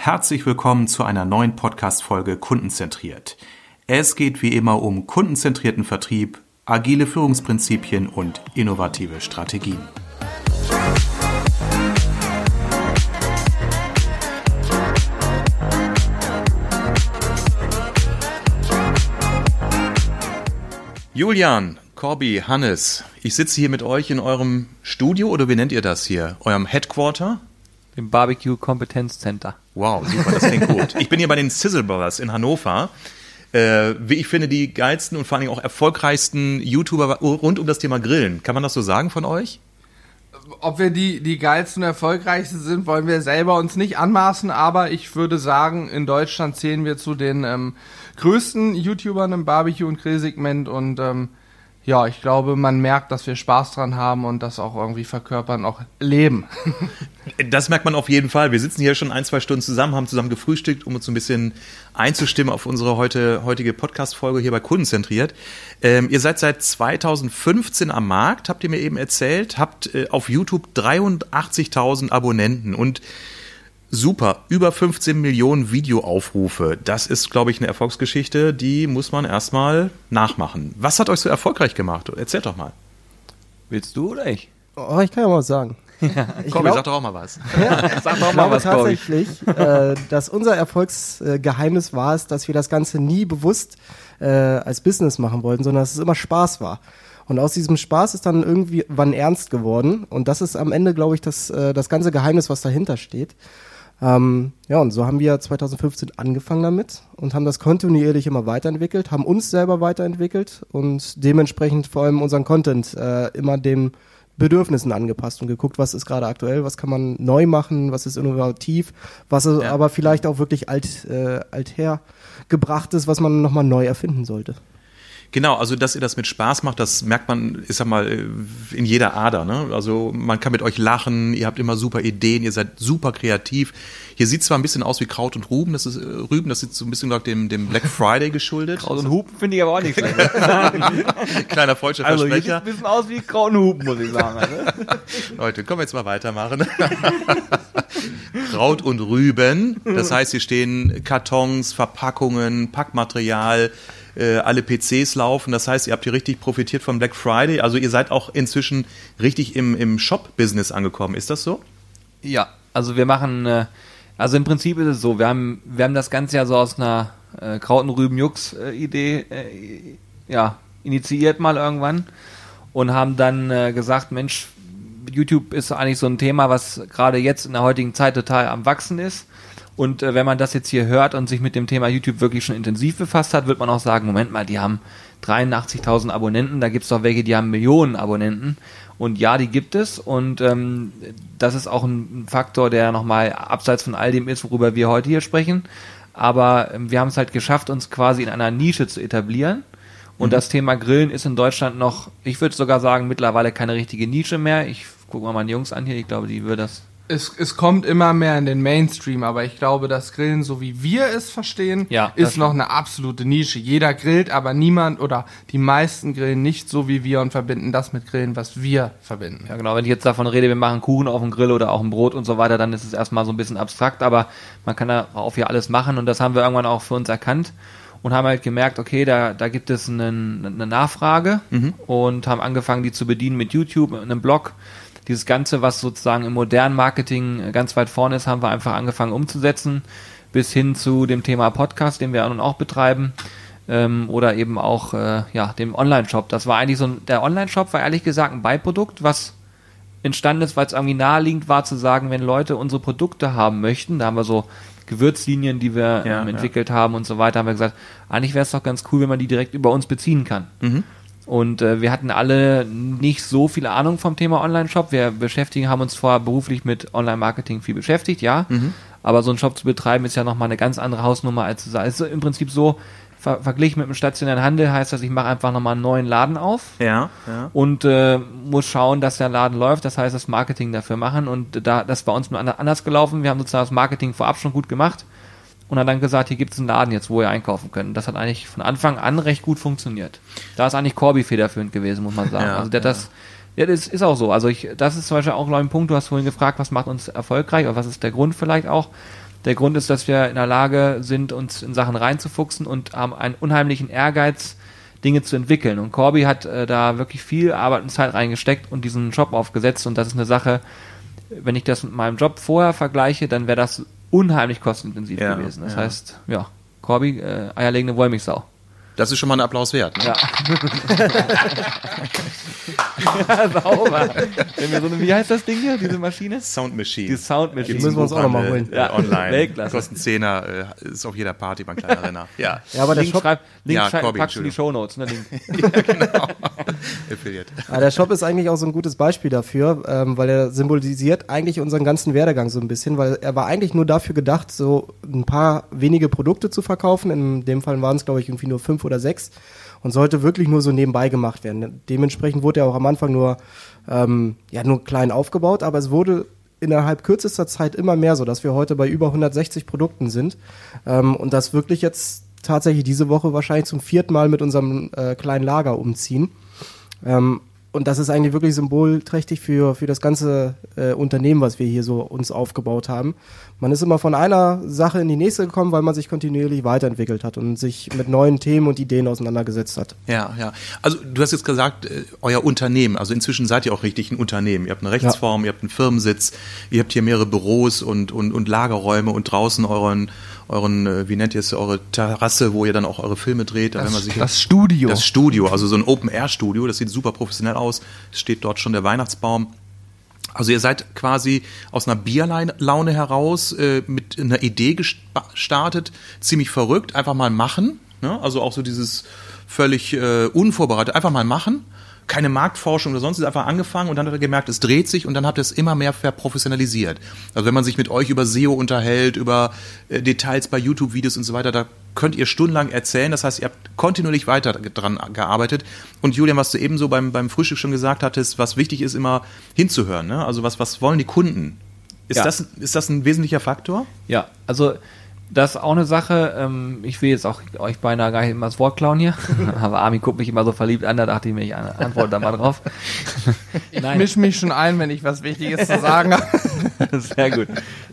Herzlich willkommen zu einer neuen Podcast-Folge Kundenzentriert. Es geht wie immer um kundenzentrierten Vertrieb, agile Führungsprinzipien und innovative Strategien. Julian, Corby, Hannes, ich sitze hier mit euch in eurem Studio, oder wie nennt ihr das hier? Eurem Headquarter? Im Barbecue Competence Center. Wow, super, das klingt gut. Ich bin hier bei den Sizzle Brothers in Hannover. Wie ich finde, die geilsten und vor allen Dingen auch erfolgreichsten YouTuber rund um das Thema Grillen. Kann man das so sagen von euch? Ob wir die geilsten und erfolgreichsten sind, wollen wir selber uns nicht anmaßen, aber ich würde sagen, in Deutschland zählen wir zu den größten YouTubern im Barbecue- und Grillsegment und ja, ich glaube, man merkt, dass wir Spaß dran haben und das auch irgendwie verkörpern, auch leben. Das merkt man auf jeden Fall. Wir sitzen hier schon 1-2 Stunden zusammen, haben zusammen gefrühstückt, um uns so ein bisschen einzustimmen auf unsere heutige Podcast-Folge hier bei Kundenzentriert. Ihr seid seit 2015 am Markt, habt ihr mir eben erzählt, habt auf YouTube 83.000 Abonnenten und super, über 15 Millionen Videoaufrufe. Das ist, glaube ich, eine Erfolgsgeschichte, die muss man erstmal nachmachen. Was hat euch so erfolgreich gemacht? Erzählt doch mal. Willst du oder ich? Oh, ich kann ja mal was sagen. Komm, sag doch auch mal was. Ja, sag doch mal was, tatsächlich, dass unser Erfolgsgeheimnis war es, dass wir das Ganze nie bewusst als Business machen wollten, sondern dass es immer Spaß war. Und aus diesem Spaß ist dann irgendwann ernst geworden. Und das ist am Ende, glaube ich, das ganze Geheimnis, was dahinter steht. Ja, und so haben wir 2015 angefangen damit und haben das kontinuierlich immer weiterentwickelt, haben uns selber weiterentwickelt und dementsprechend vor allem unseren Content immer den Bedürfnissen angepasst und geguckt, was ist gerade aktuell, was kann man neu machen, was ist innovativ, was ist aber vielleicht auch wirklich althergebracht ist, was man nochmal neu erfinden sollte. Genau, also dass ihr das mit Spaß macht, das merkt man, ich sag mal, in jeder Ader, ne? Also man kann mit euch lachen, ihr habt immer super Ideen, ihr seid super kreativ. Hier sieht zwar ein bisschen aus wie Kraut und Rüben, das ist so ein bisschen, glaube ich, dem Black Friday geschuldet. Kraut und Hupen finde ich aber auch nicht schlecht. Kleiner falscher also Versprecher. Sieht ein bisschen aus wie Kraut und Hupen, muss ich sagen. Also. Leute, können wir jetzt mal weitermachen. Kraut und Rüben, das heißt, hier stehen Kartons, Verpackungen, Packmaterial, alle PCs laufen, das heißt, ihr habt hier richtig profitiert vom Black Friday, also ihr seid auch inzwischen richtig im Shop-Business angekommen, ist das so? Ja, also wir machen, also im Prinzip ist es so, wir haben das Ganze ja so aus einer Kraut- und Rüben-Jux-Idee initiiert mal irgendwann und haben dann gesagt, Mensch, YouTube ist eigentlich so ein Thema, was gerade jetzt in der heutigen Zeit total am Wachsen ist. Und wenn man das jetzt hier hört und sich mit dem Thema YouTube wirklich schon intensiv befasst hat, wird man auch sagen, Moment mal, die haben 83.000 Abonnenten, da gibt es doch welche, die haben Millionen Abonnenten. Und ja, die gibt es und das ist auch ein Faktor, der nochmal abseits von all dem ist, worüber wir heute hier sprechen. Aber wir haben es halt geschafft, uns quasi in einer Nische zu etablieren. Und das Thema Grillen ist in Deutschland noch, ich würde sogar sagen, mittlerweile keine richtige Nische mehr. Ich gucke mal meine Jungs an hier, ich glaube, die würde das... Es kommt immer mehr in den Mainstream, aber ich glaube, das Grillen, so wie wir es verstehen, ist noch eine absolute Nische. Jeder grillt, aber niemand oder die meisten grillen nicht so wie wir und verbinden das mit Grillen, was wir verbinden. Ja genau, wenn ich jetzt davon rede, wir machen Kuchen auf dem Grill oder auch ein Brot und so weiter, dann ist es erstmal so ein bisschen abstrakt, aber man kann da auch hier alles machen und das haben wir irgendwann auch für uns erkannt und haben halt gemerkt, okay, da gibt es eine Nachfrage und haben angefangen, die zu bedienen mit YouTube, einem Blog. Dieses Ganze, was sozusagen im modernen Marketing ganz weit vorne ist, haben wir einfach angefangen umzusetzen, bis hin zu dem Thema Podcast, den wir nun auch betreiben, oder eben auch dem Online-Shop. Das war eigentlich der Online-Shop war ehrlich gesagt ein Beiprodukt, was entstanden ist, weil es irgendwie naheliegend war zu sagen, wenn Leute unsere Produkte haben möchten, da haben wir so Gewürzlinien, die wir entwickelt haben und so weiter, haben wir gesagt, eigentlich wäre es doch ganz cool, wenn man die direkt über uns beziehen kann. Und wir hatten alle nicht so viel Ahnung vom Thema Online-Shop. Wir haben uns vorher beruflich mit Online-Marketing viel beschäftigt, aber so einen Shop zu betreiben ist ja nochmal eine ganz andere Hausnummer als zu sagen. Es ist im Prinzip so, verglichen mit einem stationären Handel heißt das, ich mache einfach nochmal einen neuen Laden auf und muss schauen, dass der Laden läuft. Das heißt, das Marketing dafür machen und das ist bei uns nur anders gelaufen. Wir haben sozusagen das Marketing vorab schon gut gemacht und haben dann gesagt, hier gibt es einen Laden jetzt, wo ihr einkaufen könnt. Das hat eigentlich von Anfang an recht gut funktioniert. Da ist eigentlich Corby federführend gewesen, muss man sagen. Also das ist auch so. Also das ist zum Beispiel auch ein Punkt, du hast vorhin gefragt, was macht uns erfolgreich oder was ist der Grund vielleicht auch. Der Grund ist, dass wir in der Lage sind, uns in Sachen reinzufuchsen und haben einen unheimlichen Ehrgeiz, Dinge zu entwickeln. Und Corby hat da wirklich viel Arbeit und Zeit reingesteckt und diesen Shop aufgesetzt. Und das ist eine Sache, wenn ich das mit meinem Job vorher vergleiche, dann wäre das unheimlich kostenintensiv gewesen. Das heißt, Corby, eierlegende Wollmilchsau. Das ist schon mal ein Applaus wert. Ne? Ja. Ja, sauber. Wie heißt das Ding hier, diese Maschine? Sound Machine. Die Sound Machine. Die müssen wir uns auch nochmal holen. Online. Weltklasse. Kostet 10er, ist auf jeder Party beim kleinen Renner. Ja. Aber der Shop, packst du die Shownotes. Ne, Link. Ja, genau. Affiliate. Der Shop ist eigentlich auch so ein gutes Beispiel dafür, weil er symbolisiert eigentlich unseren ganzen Werdegang so ein bisschen, weil er war eigentlich nur dafür gedacht, so ein paar wenige Produkte zu verkaufen. In dem Fall waren es, glaube ich, irgendwie nur 5 oder 6 und sollte wirklich nur so nebenbei gemacht werden. Dementsprechend wurde er auch am Anfang nur klein aufgebaut, aber es wurde innerhalb kürzester Zeit immer mehr, so dass wir heute bei über 160 Produkten sind und das wirklich jetzt tatsächlich diese Woche wahrscheinlich zum 4. Mal mit unserem kleinen Lager umziehen. Und das ist eigentlich wirklich symbolträchtig für das ganze Unternehmen, was wir hier so uns aufgebaut haben. Man ist immer von einer Sache in die nächste gekommen, weil man sich kontinuierlich weiterentwickelt hat und sich mit neuen Themen und Ideen auseinandergesetzt hat. Ja, ja. Also du hast jetzt gesagt, euer Unternehmen, also inzwischen seid ihr auch richtig ein Unternehmen. Ihr habt eine Rechtsform, ihr habt einen Firmensitz, ihr habt hier mehrere Büros und Lagerräume und draußen euren, wie nennt ihr es, eure Terrasse, wo ihr dann auch eure Filme dreht. Das Studio. Das Studio, also so ein Open-Air-Studio, das sieht super professionell aus. Es steht dort schon der Weihnachtsbaum. Also ihr seid quasi aus einer Bierlaune heraus mit einer Idee gestartet, ziemlich verrückt, einfach mal machen. Ne? Also auch so dieses völlig unvorbereitet, einfach mal machen. Keine Marktforschung oder sonst, ist einfach angefangen und dann hat er gemerkt, es dreht sich und dann habt ihr es immer mehr verprofessionalisiert. Also wenn man sich mit euch über SEO unterhält, über Details bei YouTube-Videos und so weiter, da könnt ihr stundenlang erzählen. Das heißt, ihr habt kontinuierlich weiter dran gearbeitet. Und Julian, was du eben so beim Frühstück schon gesagt hattest, was wichtig ist, immer hinzuhören. Ne? Also was wollen die Kunden? Ist das ein wesentlicher Faktor? Ja, also das ist auch eine Sache, ich will jetzt auch euch beinahe gar nicht immer das Wort klauen hier, aber Armin guckt mich immer so verliebt an, da dachte ich mir, ich antworte da mal drauf. Ich mische mich schon ein, wenn ich was Wichtiges zu sagen habe. Sehr gut.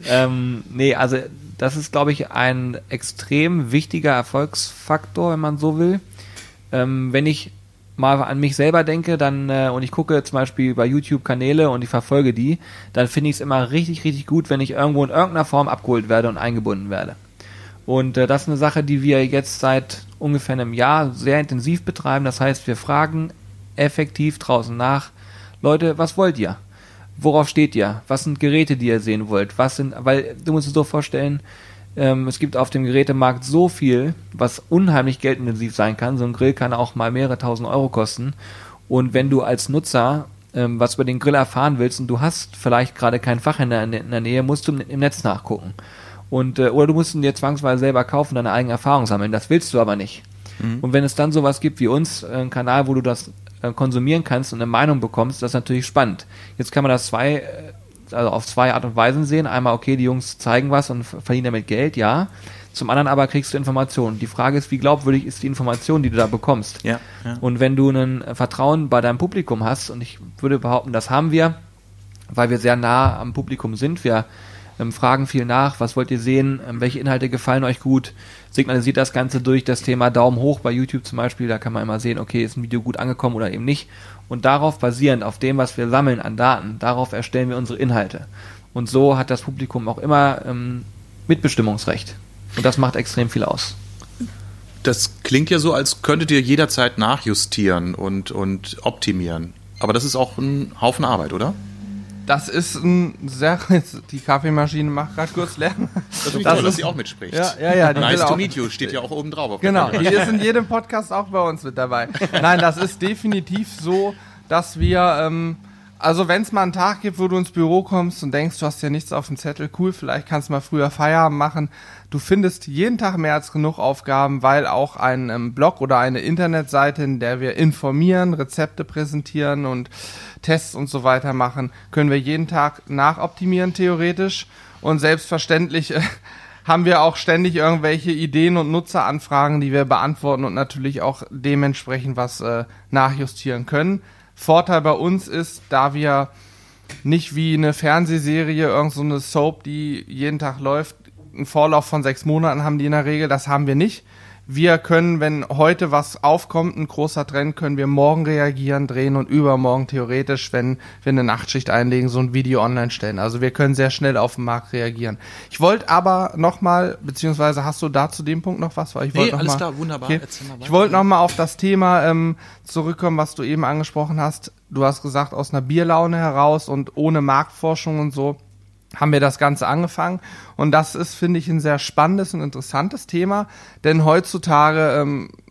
Also das ist, glaube ich, ein extrem wichtiger Erfolgsfaktor, wenn man so will. Wenn ich mal an mich selber denke, dann und ich gucke zum Beispiel bei YouTube Kanäle und ich verfolge die, dann finde ich es immer richtig, richtig gut, wenn ich irgendwo in irgendeiner Form abgeholt werde und eingebunden werde. Und das ist eine Sache, die wir jetzt seit ungefähr einem Jahr sehr intensiv betreiben. Das heißt, wir fragen effektiv draußen nach, Leute, was wollt ihr? Worauf steht ihr? Was sind Geräte, die ihr sehen wollt? Weil du musst es so vorstellen, es gibt auf dem Gerätemarkt so viel, was unheimlich geldintensiv sein kann. So ein Grill kann auch mal mehrere tausend Euro kosten. Und wenn du als Nutzer was über den Grill erfahren willst und du hast vielleicht gerade kein Fachhändler in der Nähe, musst du im Netz nachgucken. Oder du musst ihn dir zwangsweise selber kaufen, deine eigene Erfahrung sammeln. Das willst du aber nicht. Mhm. Und wenn es dann sowas gibt wie uns, einen Kanal, wo du das konsumieren kannst und eine Meinung bekommst, das ist natürlich spannend. Jetzt kann man das auf zwei Art und Weisen sehen. Einmal, okay, die Jungs zeigen was und verdienen damit Geld, ja. Zum anderen aber kriegst du Informationen. Die Frage ist, wie glaubwürdig ist die Information, die du da bekommst? Ja. Und wenn du ein Vertrauen bei deinem Publikum hast, und ich würde behaupten, das haben wir, weil wir sehr nah am Publikum sind, wir fragen viel nach, was wollt ihr sehen, welche Inhalte gefallen euch gut, signalisiert das Ganze durch das Thema Daumen hoch bei YouTube zum Beispiel, da kann man immer sehen, okay, ist ein Video gut angekommen oder eben nicht. Und darauf basierend, auf dem, was wir sammeln an Daten, darauf erstellen wir unsere Inhalte. Und so hat das Publikum auch immer Mitbestimmungsrecht. Und das macht extrem viel aus. Das klingt ja so, als könntet ihr jederzeit nachjustieren und optimieren. Aber das ist auch ein Haufen Arbeit, oder? Das ist die Kaffeemaschine macht gerade kurz leer. Das ist toll, dass sie auch mitspricht. Ja. Nice to meet you steht ja auch oben drauf. Genau, die ist in jedem Podcast auch bei uns mit dabei. Nein, das ist definitiv so, dass wir, also wenn es mal einen Tag gibt, wo du ins Büro kommst und denkst, du hast ja nichts auf dem Zettel, cool, vielleicht kannst du mal früher Feierabend machen. Du findest jeden Tag mehr als genug Aufgaben, weil auch ein Blog oder eine Internetseite, in der wir informieren, Rezepte präsentieren und Tests und so weiter machen, können wir jeden Tag nachoptimieren theoretisch. Und selbstverständlich haben wir auch ständig irgendwelche Ideen und Nutzeranfragen, die wir beantworten und natürlich auch dementsprechend was nachjustieren können. Vorteil bei uns ist, da wir nicht wie eine Fernsehserie, irgend so eine Soap, die jeden Tag läuft, einen Vorlauf von 6 Monaten haben die in der Regel, das haben wir nicht. Wir können, wenn heute was aufkommt, ein großer Trend, können wir morgen reagieren, drehen und übermorgen theoretisch, wenn wir eine Nachtschicht einlegen, so ein Video online stellen. Also wir können sehr schnell auf den Markt reagieren. Ich wollte aber nochmal, beziehungsweise hast du da zu dem Punkt noch was? Weil ich alles klar, wunderbar. Okay. Ich wollte nochmal auf das Thema zurückkommen, was du eben angesprochen hast. Du hast gesagt, aus einer Bierlaune heraus und ohne Marktforschung und so haben wir das Ganze angefangen. Und das ist, finde ich, ein sehr spannendes und interessantes Thema, denn heutzutage,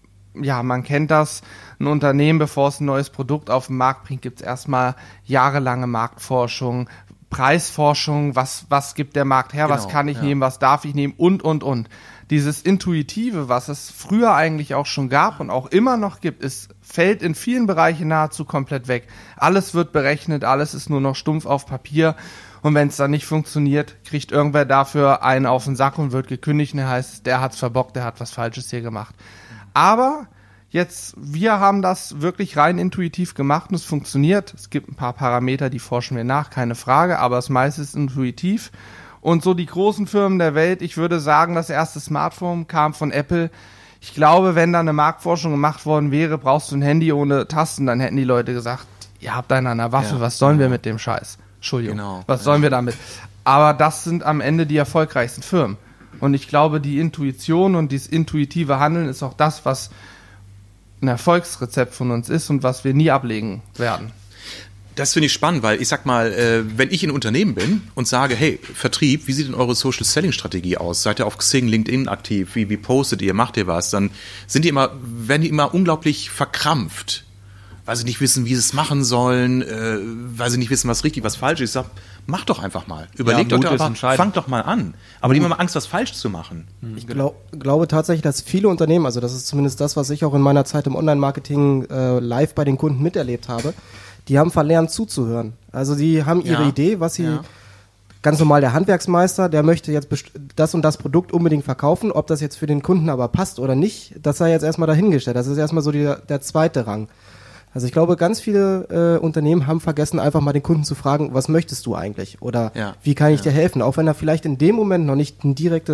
man kennt das, ein Unternehmen, bevor es ein neues Produkt auf den Markt bringt, gibt es erstmal jahrelange Marktforschung, Preisforschung, was gibt der Markt her, was kann ich nehmen, was darf ich nehmen und. Dieses Intuitive, was es früher eigentlich auch schon gab und auch immer noch gibt, fällt in vielen Bereichen nahezu komplett weg. Alles wird berechnet, alles ist nur noch stumpf auf Papier. Und wenn es dann nicht funktioniert, kriegt irgendwer dafür einen auf den Sack und wird gekündigt. Und heißt, der hat's verbockt, der hat was Falsches hier gemacht. Aber wir haben das wirklich rein intuitiv gemacht und es funktioniert. Es gibt ein paar Parameter, die forschen wir nach, keine Frage, aber das meiste ist intuitiv. Und so die großen Firmen der Welt, ich würde sagen, das erste Smartphone kam von Apple. Ich glaube, wenn da eine Marktforschung gemacht worden wäre, brauchst du ein Handy ohne Tasten, dann hätten die Leute gesagt, ihr habt einen an der Waffe, was sollen wir mit dem Scheiß? Entschuldigung, was sollen wir damit? Aber das sind am Ende die erfolgreichsten Firmen. Und ich glaube, die Intuition und dieses intuitive Handeln ist auch das, was ein Erfolgsrezept von uns ist und was wir nie ablegen werden. Das finde ich spannend, weil ich sag mal, wenn ich in einem Unternehmen bin und sage, hey, Vertrieb, wie sieht denn eure Social-Selling-Strategie aus? Seid ihr auf Xing, LinkedIn aktiv? Wie postet ihr? Macht ihr was? Dann werden die immer unglaublich verkrampft, weil sie nicht wissen, wie sie es machen sollen, weil sie nicht wissen, was richtig, was falsch ist. Ich sag, mach doch einfach mal. Überlegt euch doch einfach, fangt doch mal an. Aber die haben immer Angst, was falsch zu machen. Ich glaube tatsächlich, dass viele Unternehmen, also das ist zumindest das, was ich auch in meiner Zeit im Online-Marketing live bei den Kunden miterlebt habe, die haben verlernt zuzuhören. Also die haben ihre Idee, was sie ganz normal der Handwerksmeister, der möchte jetzt das und das Produkt unbedingt verkaufen. Ob das jetzt für den Kunden aber passt oder nicht, das sei jetzt erstmal dahingestellt. Das ist erstmal so der zweite Rang. Also ich glaube, ganz viele Unternehmen haben vergessen, einfach mal den Kunden zu fragen, was möchtest du eigentlich? Oder wie kann ich dir helfen? Auch wenn er vielleicht in dem Moment noch nicht einen direkten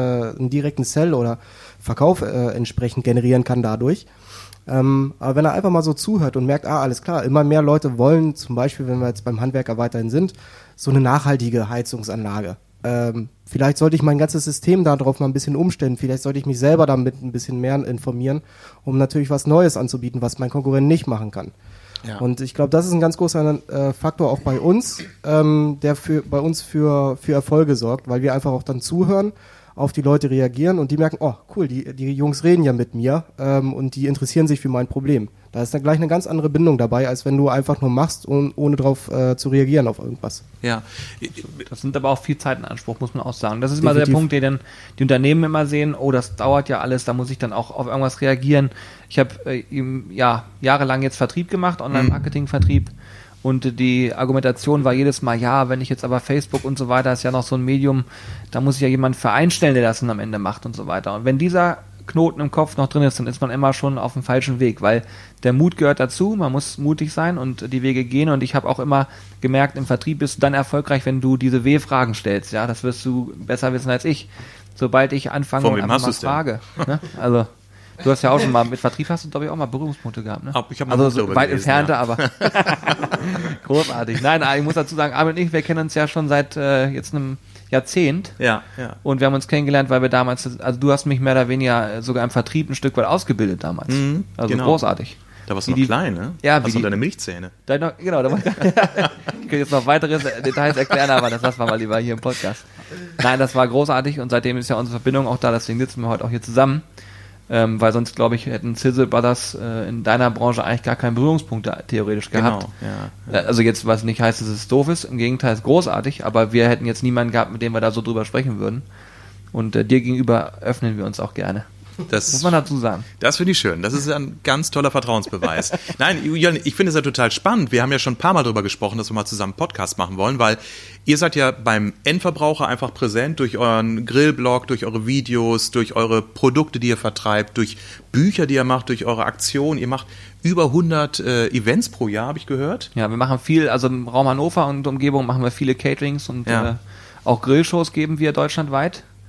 Sell oder Verkauf entsprechend generieren kann dadurch. Aber wenn er einfach mal so zuhört und merkt, alles klar, immer mehr Leute wollen zum Beispiel, wenn wir jetzt beim Handwerker weiterhin sind, so eine nachhaltige Heizungsanlage. Vielleicht sollte ich mein ganzes System darauf mal ein bisschen umstellen. Vielleicht sollte ich mich selber damit ein bisschen mehr informieren, um natürlich was Neues anzubieten, was mein Konkurrent nicht machen kann. Ja. Und ich glaube, das ist ein ganz großer Faktor auch bei uns, der bei uns für Erfolge sorgt, weil wir einfach auch dann zuhören, auf die Leute reagieren und die merken, oh cool, die Jungs reden ja mit mir und die interessieren sich für mein Problem. Da ist dann gleich eine ganz andere Bindung dabei, als wenn du einfach nur machst, ohne drauf zu reagieren auf irgendwas. Ja. Das nimmt aber auch viel Zeit in Anspruch, muss man auch sagen. Das ist immer der Punkt, den dann die Unternehmen immer sehen, das dauert ja alles, da muss ich dann auch auf irgendwas reagieren. Ich habe jahrelang jetzt Vertrieb gemacht, Online-Marketing-Vertrieb. Und die Argumentation war jedes Mal, wenn ich jetzt aber Facebook und so weiter, ist ja noch so ein Medium, da muss ich ja jemanden für einstellen, der das dann am Ende macht und so weiter. Und wenn dieser Knoten im Kopf noch drin ist, dann ist man immer schon auf dem falschen Weg, weil der Mut gehört dazu, man muss mutig sein und die Wege gehen. Und ich habe auch immer gemerkt, im Vertrieb bist du dann erfolgreich, wenn du diese W-Fragen stellst. Ja, das wirst du besser wissen als ich. Sobald ich anfange und einfach mal frage. Ne? Also du hast ja auch schon mal, mit Vertrieb hast du, glaube ich, auch mal Berührungspunkte gehabt, ne? Ich hab also so weit entfernte, aber großartig. Nein, ich muss dazu sagen, Armin und ich, wir kennen uns ja schon seit jetzt einem Jahrzehnt. Ja. Und wir haben uns kennengelernt, weil wir damals, also du hast mich mehr oder weniger sogar im Vertrieb ein Stück weit ausgebildet damals. Also großartig. Da warst du noch klein, ne? Ja, hast du deine Milchzähne. Genau, ich könnte jetzt noch weitere Details erklären, aber das lassen wir mal lieber hier im Podcast. Nein, das war großartig und seitdem ist ja unsere Verbindung auch da, deswegen sitzen wir heute auch hier zusammen. Weil sonst, glaube ich, hätten Sizzle Brothers in deiner Branche eigentlich gar keinen Berührungspunkt theoretisch gehabt. Genau, ja. Also jetzt, was nicht heißt, dass es doof ist, im Gegenteil, ist großartig, aber wir hätten jetzt niemanden gehabt, mit dem wir da so drüber sprechen würden. Und dir gegenüber öffnen wir uns auch gerne. Das muss man dazu sagen. Das finde ich schön. Das ist ein ganz toller Vertrauensbeweis. Nein, Julian, ich finde es ja total spannend. Wir haben ja schon ein paar Mal darüber gesprochen, dass wir mal zusammen einen Podcast machen wollen, weil ihr seid ja beim Endverbraucher einfach präsent durch euren Grillblog, durch eure Videos, durch eure Produkte, die ihr vertreibt, durch Bücher, die ihr macht, durch eure Aktionen. Ihr macht über 100 Events pro Jahr, habe ich gehört. Ja, wir machen viel, also im Raum Hannover und Umgebung machen wir viele Caterings und auch Grillshows geben wir deutschlandweit.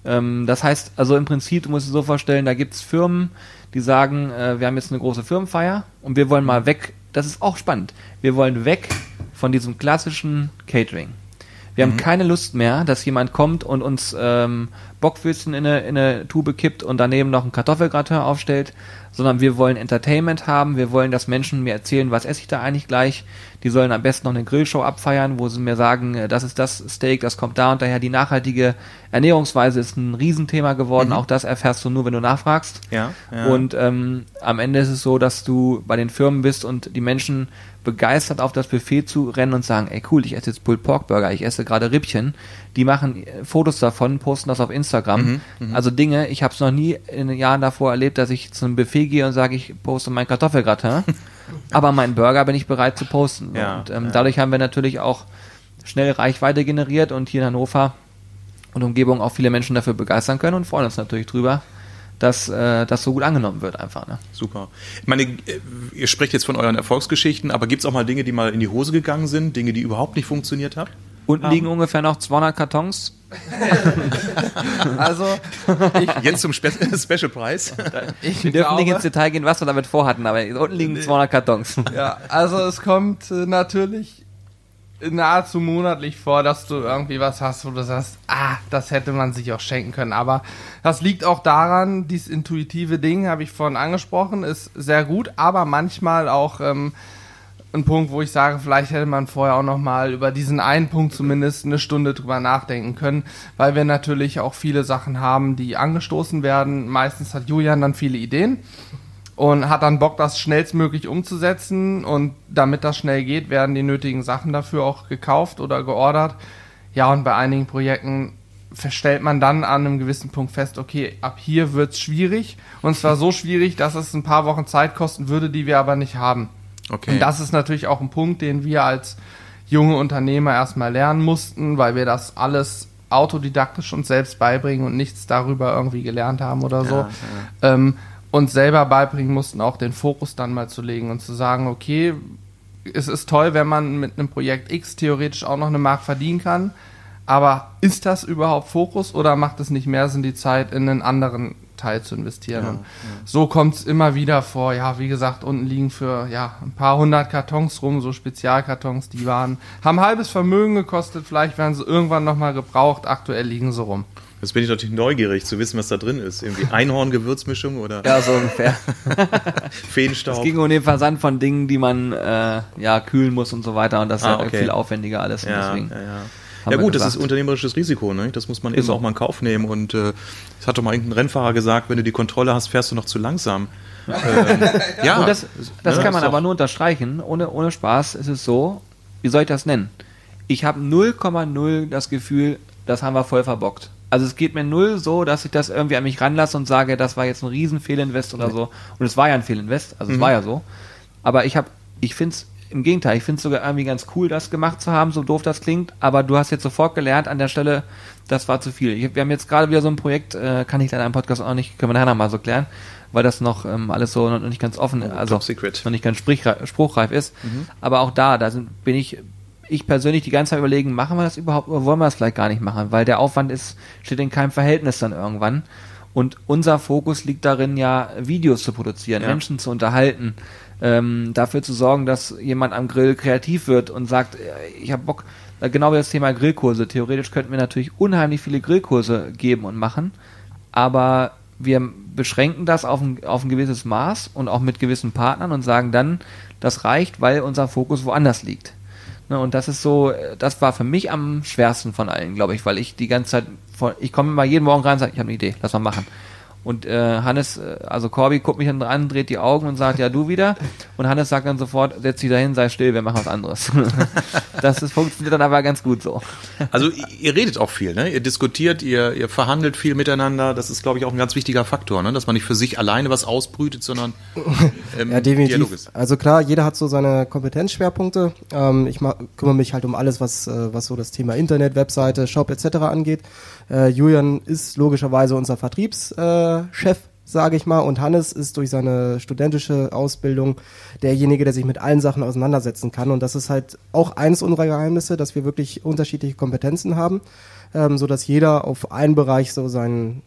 Das heißt, also im Prinzip, du musst dir so vorstellen, da gibt's Firmen, die sagen, wir haben jetzt eine große Firmenfeier und wir wollen mal weg, das ist auch spannend, wir wollen weg von diesem klassischen Catering. Wir haben keine Lust mehr, dass jemand kommt und uns Bockwürstchen in eine Tube kippt und daneben noch ein Kartoffelgratin aufstellt, sondern wir wollen Entertainment haben, wir wollen, dass Menschen mir erzählen, was esse ich da eigentlich gleich. Die sollen am besten noch eine Grillshow abfeiern, wo sie mir sagen, das ist das Steak, das kommt da und daher. Die nachhaltige Ernährungsweise ist ein Riesenthema geworden, auch das erfährst du nur, wenn du nachfragst. Ja. Und am Ende ist es so, dass du bei den Firmen bist und die Menschen begeistert auf das Buffet zu rennen und sagen, ey cool, ich esse jetzt Pulled Pork Burger, ich esse gerade Rippchen. Die machen Fotos davon, posten das auf Instagram. Also Dinge, ich habe es noch nie in den Jahren davor erlebt, dass ich zu einem Buffet gehe und sage, ich poste mein Kartoffelgratin, aber meinen Burger bin ich bereit zu posten. Ja, und dadurch haben wir natürlich auch schnell Reichweite generiert und hier in Hannover und Umgebung auch viele Menschen dafür begeistern können und freuen uns natürlich drüber, dass das so gut angenommen wird einfach. Ne? Super. Ich meine, ihr sprecht jetzt von euren Erfolgsgeschichten, aber gibt es auch mal Dinge, die mal in die Hose gegangen sind, Dinge, die überhaupt nicht funktioniert haben? Unten liegen ungefähr noch 200 Kartons. Also, jetzt zum Special-Preis. Wir dürfen nicht ins Detail gehen, was wir damit vorhatten, aber unten liegen 200 Kartons. Ja, also es kommt natürlich nahezu monatlich vor, dass du irgendwie was hast, wo du sagst, das hätte man sich auch schenken können. Aber das liegt auch daran, dieses intuitive Ding, habe ich vorhin angesprochen, ist sehr gut, aber manchmal auch ein Punkt, wo ich sage, vielleicht hätte man vorher auch nochmal über diesen einen Punkt zumindest eine Stunde drüber nachdenken können, weil wir natürlich auch viele Sachen haben, die angestoßen werden. Meistens hat Julian dann viele Ideen und hat dann Bock, das schnellstmöglich umzusetzen, und damit das schnell geht, werden die nötigen Sachen dafür auch gekauft oder geordert. Ja, und bei einigen Projekten stellt man dann an einem gewissen Punkt fest, okay, ab hier wird's schwierig, und zwar so schwierig, dass es ein paar Wochen Zeit kosten würde, die wir aber nicht haben. Okay. Und das ist natürlich auch ein Punkt, den wir als junge Unternehmer erstmal lernen mussten, weil wir das alles autodidaktisch uns selbst beibringen und nichts darüber irgendwie gelernt haben oder so. Ja. Uns selber beibringen mussten, auch den Fokus dann mal zu legen und zu sagen, okay, es ist toll, wenn man mit einem Projekt X theoretisch auch noch eine Mark verdienen kann, aber ist das überhaupt Fokus oder macht es nicht mehr Sinn, die Zeit in einen anderen Teil zu investieren? Ja, und so kommt es immer wieder vor. Ja, wie gesagt, unten liegen für ein paar hundert Kartons rum, so Spezialkartons, die haben halbes Vermögen gekostet, vielleicht werden sie irgendwann nochmal gebraucht, aktuell liegen sie rum. Jetzt bin ich natürlich neugierig zu wissen, was da drin ist. Irgendwie Einhorn-Gewürzmischung oder? Ja, so ungefähr. Feenstaub. Es ging um den Versand von Dingen, die man kühlen muss und so weiter, und das ist okay. viel aufwendiger alles. Und deswegen ja gut, das ist unternehmerisches Risiko, ne? Das muss man eben auch mal in Kauf nehmen. Und es hat doch mal irgendein Rennfahrer gesagt, wenn du die Kontrolle hast, fährst du noch zu langsam. Ja. Und das kann man aber nur unterstreichen. Ohne Spaß ist es so, wie soll ich das nennen? Ich habe 0,0 das Gefühl, das haben wir voll verbockt. Also es geht mir null so, dass ich das irgendwie an mich ranlasse und sage, das war jetzt ein riesen Fehlinvest oder so. Und es war ja ein Fehlinvest, also es war ja so. Aber ich finde es im Gegenteil, ich finde es sogar irgendwie ganz cool, das gemacht zu haben, so doof das klingt, aber du hast jetzt sofort gelernt an der Stelle, das war zu viel. Wir haben jetzt gerade wieder so ein Projekt, kann ich leider im Podcast auch nicht, können wir nachher nochmal so klären, weil das noch alles so noch nicht ganz offen, also noch nicht ganz spruchreif ist. Aber auch da bin ich persönlich die ganze Zeit überlegen, machen wir das überhaupt oder wollen wir das vielleicht gar nicht machen, weil der Aufwand steht in keinem Verhältnis dann irgendwann. Und unser Fokus liegt darin, ja, Videos zu produzieren, Menschen zu unterhalten, dafür zu sorgen, dass jemand am Grill kreativ wird und sagt, ich habe Bock, genau wie das Thema Grillkurse. Theoretisch könnten wir natürlich unheimlich viele Grillkurse geben und machen, aber wir beschränken das auf ein gewisses Maß und auch mit gewissen Partnern und sagen dann, das reicht, weil unser Fokus woanders liegt. Ne, und das ist so, das war für mich am schwersten von allen, glaube ich, weil ich die ganze Zeit, ich komme immer jeden Morgen rein und sage, ich habe eine Idee, lass mal machen. Und Hannes, also Corby, guckt mich dann an, dreht die Augen und sagt, ja, du wieder. Und Hannes sagt dann sofort, setz dich dahin, sei still, wir machen was anderes. Das funktioniert dann aber ganz gut so. Also ihr redet auch viel, ne? Ihr diskutiert, ihr verhandelt viel miteinander. Das ist, glaube ich, auch ein ganz wichtiger Faktor, ne? Dass man nicht für sich alleine was ausbrütet, sondern ja, definitiv. Dialog ist. Also klar, jeder hat so seine Kompetenzschwerpunkte. Ich kümmere mich halt um alles, was so das Thema Internet, Webseite, Shop etc. angeht. Julian ist logischerweise unser Vertriebschef sage ich mal, und Hannes ist durch seine studentische Ausbildung derjenige, der sich mit allen Sachen auseinandersetzen kann. Und das ist halt auch eines unserer Geheimnisse, dass wir wirklich unterschiedliche Kompetenzen haben, so dass jeder auf einen Bereich so seinen,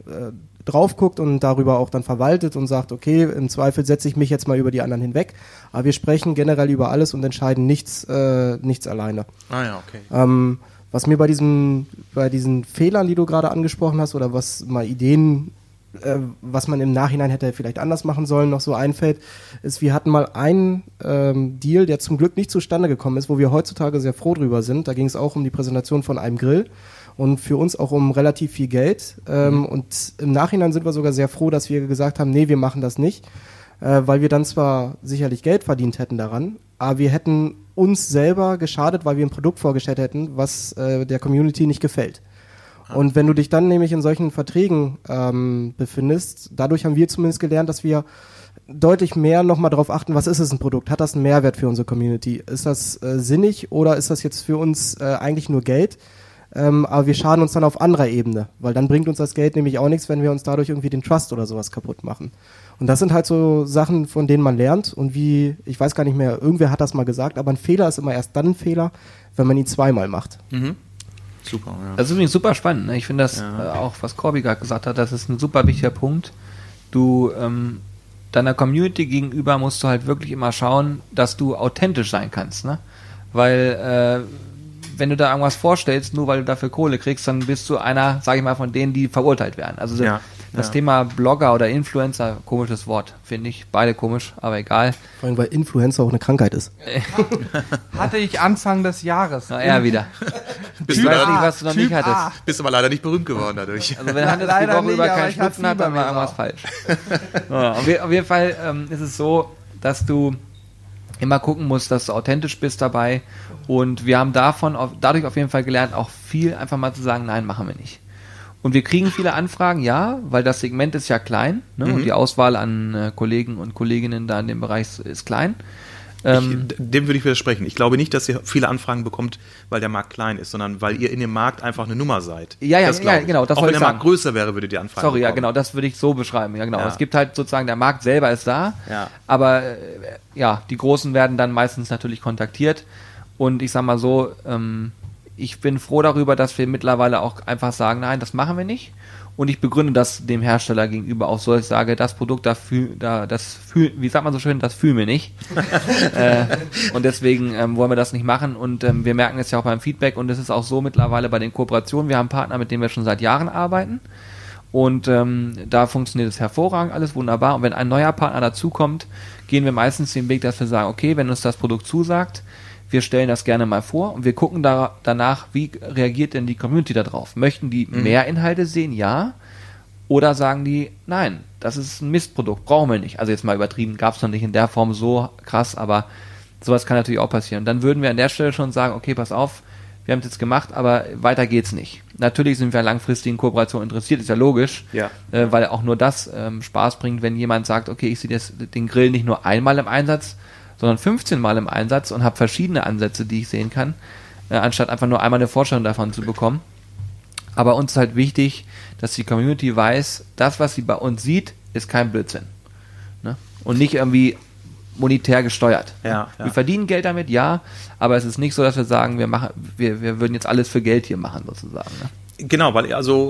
drauf guckt und darüber auch dann verwaltet und sagt, okay, im Zweifel setze ich mich jetzt mal über die anderen hinweg. Aber wir sprechen generell über alles und entscheiden nichts alleine. Ah ja, okay. Was mir bei diesen Fehlern, die du gerade angesprochen hast, oder was mal Ideen, was man im Nachhinein hätte vielleicht anders machen sollen, noch so einfällt, ist, wir hatten mal einen Deal, der zum Glück nicht zustande gekommen ist, wo wir heutzutage sehr froh drüber sind. Da ging es auch um die Präsentation von einem Grill und für uns auch um relativ viel Geld. Und im Nachhinein sind wir sogar sehr froh, dass wir gesagt haben, nee, wir machen das nicht, weil wir dann zwar sicherlich Geld verdient hätten daran, aber wir hätten uns selber geschadet, weil wir ein Produkt vorgestellt hätten, was der Community nicht gefällt. Und wenn du dich dann nämlich in solchen Verträgen befindest, dadurch haben wir zumindest gelernt, dass wir deutlich mehr nochmal darauf achten, was ist es ein Produkt? Hat das einen Mehrwert für unsere Community? Ist das sinnig oder ist das jetzt für uns eigentlich nur Geld? Aber wir schaden uns dann auf anderer Ebene, weil dann bringt uns das Geld nämlich auch nichts, wenn wir uns dadurch irgendwie den Trust oder sowas kaputt machen. Und das sind halt so Sachen, von denen man lernt und ich weiß gar nicht mehr, irgendwer hat das mal gesagt, aber ein Fehler ist immer erst dann ein Fehler, wenn man ihn zweimal macht. Mhm. Super, ja. Das ist übrigens super spannend. Ne? Ich finde das auch, was Corby gerade gesagt hat, das ist ein super wichtiger Punkt. Du, deiner Community gegenüber musst du halt wirklich immer schauen, dass du authentisch sein kannst. Ne? Weil, wenn du da irgendwas vorstellst, nur weil du dafür Kohle kriegst, dann bist du einer, sage ich mal, von denen, die verurteilt werden. Also das Thema Blogger oder Influencer, komisches Wort, finde ich. Beide komisch, aber egal. Vor allem, weil Influencer auch eine Krankheit ist. Hatte ich Anfang des Jahres. Na, er wieder. Ich weiß nicht, was du noch nicht hattest. Bist aber leider nicht berühmt geworden dadurch. Also wenn Hannes die Woche über keinen Schnupfen hat, dann war irgendwas falsch. Auf jeden Fall ist es so, dass du immer gucken musst, dass du authentisch bist dabei. Und wir haben dadurch auf jeden Fall gelernt, auch viel einfach mal zu sagen, nein, machen wir nicht. Und wir kriegen viele Anfragen, ja, weil das Segment ist ja klein, ne? Und die Auswahl an Kollegen und Kolleginnen da in dem Bereich ist klein. Dem würde ich widersprechen. Ich glaube nicht, dass ihr viele Anfragen bekommt, weil der Markt klein ist, sondern weil ihr in dem Markt einfach eine Nummer seid. Ja, genau. Das auch wenn der Markt größer wäre, würdet ihr Anfragen bekommen. Ja, genau, das würde ich so beschreiben. Ja, genau. Es gibt halt sozusagen, der Markt selber ist da, aber die Großen werden dann meistens natürlich kontaktiert. Und ich sag mal so, ich bin froh darüber, dass wir mittlerweile auch einfach sagen, nein, das machen wir nicht. Und ich begründe das dem Hersteller gegenüber auch so, dass ich sage, das Produkt, wie sagt man so schön, das fühlen wir nicht. Und deswegen wollen wir das nicht machen. Und wir merken es ja auch beim Feedback. Und es ist auch so mittlerweile bei den Kooperationen. Wir haben Partner, mit denen wir schon seit Jahren arbeiten. Und da funktioniert es hervorragend, alles wunderbar. Und wenn ein neuer Partner dazukommt, gehen wir meistens den Weg, dass wir sagen, okay, wenn uns das Produkt zusagt, wir stellen das gerne mal vor und wir gucken danach, wie reagiert denn die Community da drauf? Möchten die mehr Inhalte sehen? Ja. Oder sagen die, nein, das ist ein Mistprodukt, brauchen wir nicht. Also jetzt mal übertrieben, gab es noch nicht in der Form so krass, aber sowas kann natürlich auch passieren. Dann würden wir an der Stelle schon sagen, okay, pass auf, wir haben es jetzt gemacht, aber weiter geht's nicht. Natürlich sind wir langfristig in Kooperation interessiert, ist ja logisch, weil auch nur das Spaß bringt, wenn jemand sagt, okay, ich sehe den Grill nicht nur einmal im Einsatz, sondern 15 Mal im Einsatz und habe verschiedene Ansätze, die ich sehen kann, anstatt einfach nur einmal eine Vorstellung davon zu bekommen. Aber uns ist halt wichtig, dass die Community weiß, das, was sie bei uns sieht, ist kein Blödsinn. Ne? Und nicht irgendwie monetär gesteuert. Ja. Wir verdienen Geld damit, ja, aber es ist nicht so, dass wir sagen, wir würden jetzt alles für Geld hier machen, sozusagen. Ne? Genau, weil ihr also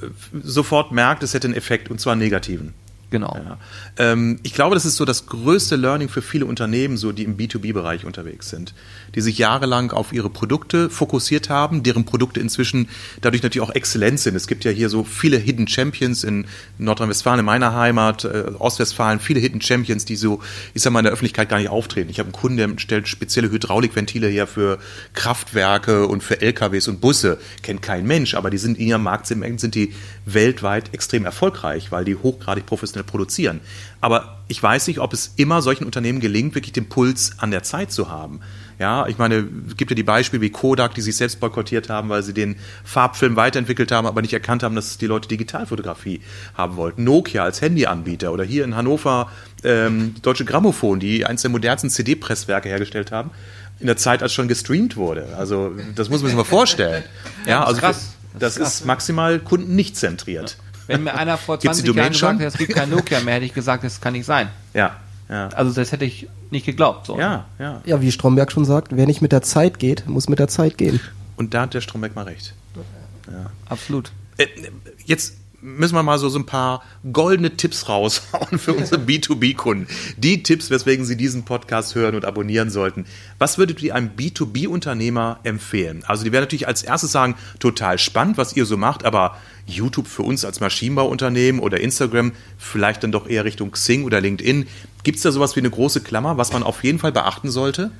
sofort merkt, es hätte einen Effekt, und zwar einen negativen. Genau. Ja. Ich glaube, das ist so das größte Learning für viele Unternehmen, so die im B2B-Bereich unterwegs sind, die sich jahrelang auf ihre Produkte fokussiert haben, deren Produkte inzwischen dadurch natürlich auch exzellent sind. Es gibt ja hier so viele Hidden Champions in Nordrhein-Westfalen, in meiner Heimat, Ostwestfalen, viele Hidden Champions, die so, ich sag mal, in der Öffentlichkeit gar nicht auftreten. Ich habe einen Kunden, der stellt spezielle Hydraulikventile her für Kraftwerke und für LKWs und Busse. Kennt kein Mensch, aber die sind in ihrem Marktsegment, sind die weltweit extrem erfolgreich, weil die hochgradig professionell produzieren. Aber ich weiß nicht, ob es immer solchen Unternehmen gelingt, wirklich den Puls an der Zeit zu haben. Ja, ich meine, es gibt ja die Beispiele wie Kodak, die sich selbst boykottiert haben, weil sie den Farbfilm weiterentwickelt haben, aber nicht erkannt haben, dass die Leute Digitalfotografie haben wollten. Nokia als Handyanbieter oder hier in Hannover Deutsche Grammophon, die eines der modernsten CD-Presswerke hergestellt haben, in der Zeit, als schon gestreamt wurde. Also das muss man sich mal vorstellen. Ja, also krass. Das ist maximal kundennicht zentriert. Wenn mir einer vor Gibt's 20 Jahren gesagt schon? hätte, es gibt kein Nokia mehr, hätte ich gesagt, das kann nicht sein. Ja. Also das hätte ich nicht geglaubt. So. Ja. Ja, wie Stromberg schon sagt, wer nicht mit der Zeit geht, muss mit der Zeit gehen. Und da hat der Stromberg mal recht. Ja. Absolut. Jetzt müssen wir mal so ein paar goldene Tipps raushauen für unsere B2B-Kunden. Die Tipps, weswegen Sie diesen Podcast hören und abonnieren sollten. Was würdet ihr einem B2B-Unternehmer empfehlen? Also die werden natürlich als erstes sagen, total spannend, was ihr so macht, aber YouTube für uns als Maschinenbauunternehmen oder Instagram vielleicht dann doch eher Richtung Xing oder LinkedIn. Gibt es da sowas wie eine große Klammer, was man auf jeden Fall beachten sollte?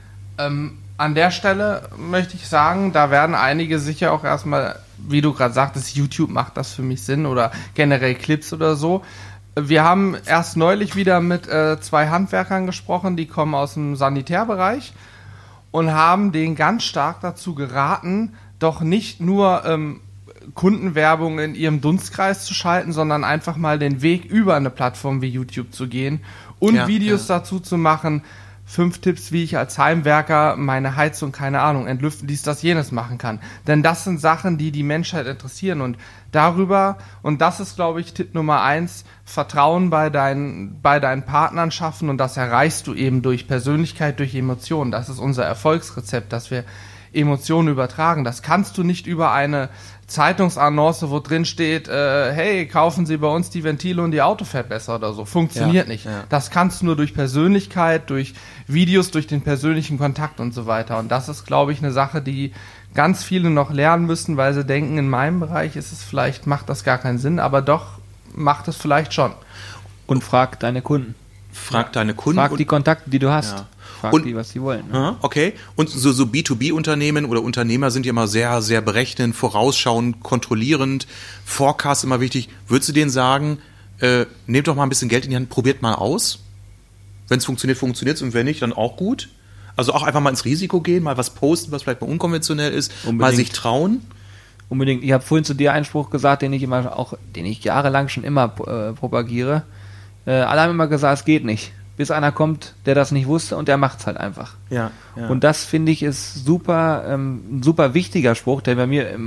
An der Stelle möchte ich sagen, da werden einige sicher auch erstmal, wie du gerade sagtest, YouTube macht das für mich Sinn oder generell Clips oder so. Wir haben erst neulich wieder mit 2 Handwerkern gesprochen, die kommen aus dem Sanitärbereich und haben denen ganz stark dazu geraten, doch nicht nur Kundenwerbung in ihrem Dunstkreis zu schalten, sondern einfach mal den Weg über eine Plattform wie YouTube zu gehen und Videos dazu zu machen. 5 Tipps, wie ich als Heimwerker meine Heizung, keine Ahnung, entlüften, dies, das, jenes machen kann. Denn das sind Sachen, die die Menschheit interessieren und darüber, und das ist, glaube ich, Tipp Nummer 1, Vertrauen bei deinen Partnern schaffen und das erreichst du eben durch Persönlichkeit, durch Emotionen. Das ist unser Erfolgsrezept, dass wir Emotionen übertragen. Das kannst du nicht über eine Zeitungsannonce, wo drin steht, hey, kaufen Sie bei uns die Ventile und die Auto fährt besser oder so. Funktioniert nicht. Ja. Das kannst du nur durch Persönlichkeit, durch Videos, durch den persönlichen Kontakt und so weiter. Und das ist, glaube ich, eine Sache, die ganz viele noch lernen müssen, weil sie denken, in meinem Bereich ist es vielleicht, macht das gar keinen Sinn, aber doch macht es vielleicht schon. Und frag deine Kunden. Frag deine Kunden. Frag die Kontakte, die du hast. Ja. Frag die, was sie wollen. Ne? Okay. Und so B2B-Unternehmen oder Unternehmer sind ja immer sehr, sehr berechnend, vorausschauend, kontrollierend. Forecast immer wichtig. Würdest du denen sagen, nehmt doch mal ein bisschen Geld in die Hand, probiert mal aus. Wenn es funktioniert, funktioniert es und wenn nicht, dann auch gut. Also auch einfach mal ins Risiko gehen, mal was posten, was vielleicht mal unkonventionell ist, mal sich trauen. Unbedingt. Ich habe vorhin zu dir einen Spruch gesagt, den ich jahrelang schon immer propagiere. Alle haben immer gesagt, es geht nicht. Bis einer kommt, der das nicht wusste und der macht's halt einfach. Ja. Und das, finde ich, ist ein super wichtiger Spruch, der bei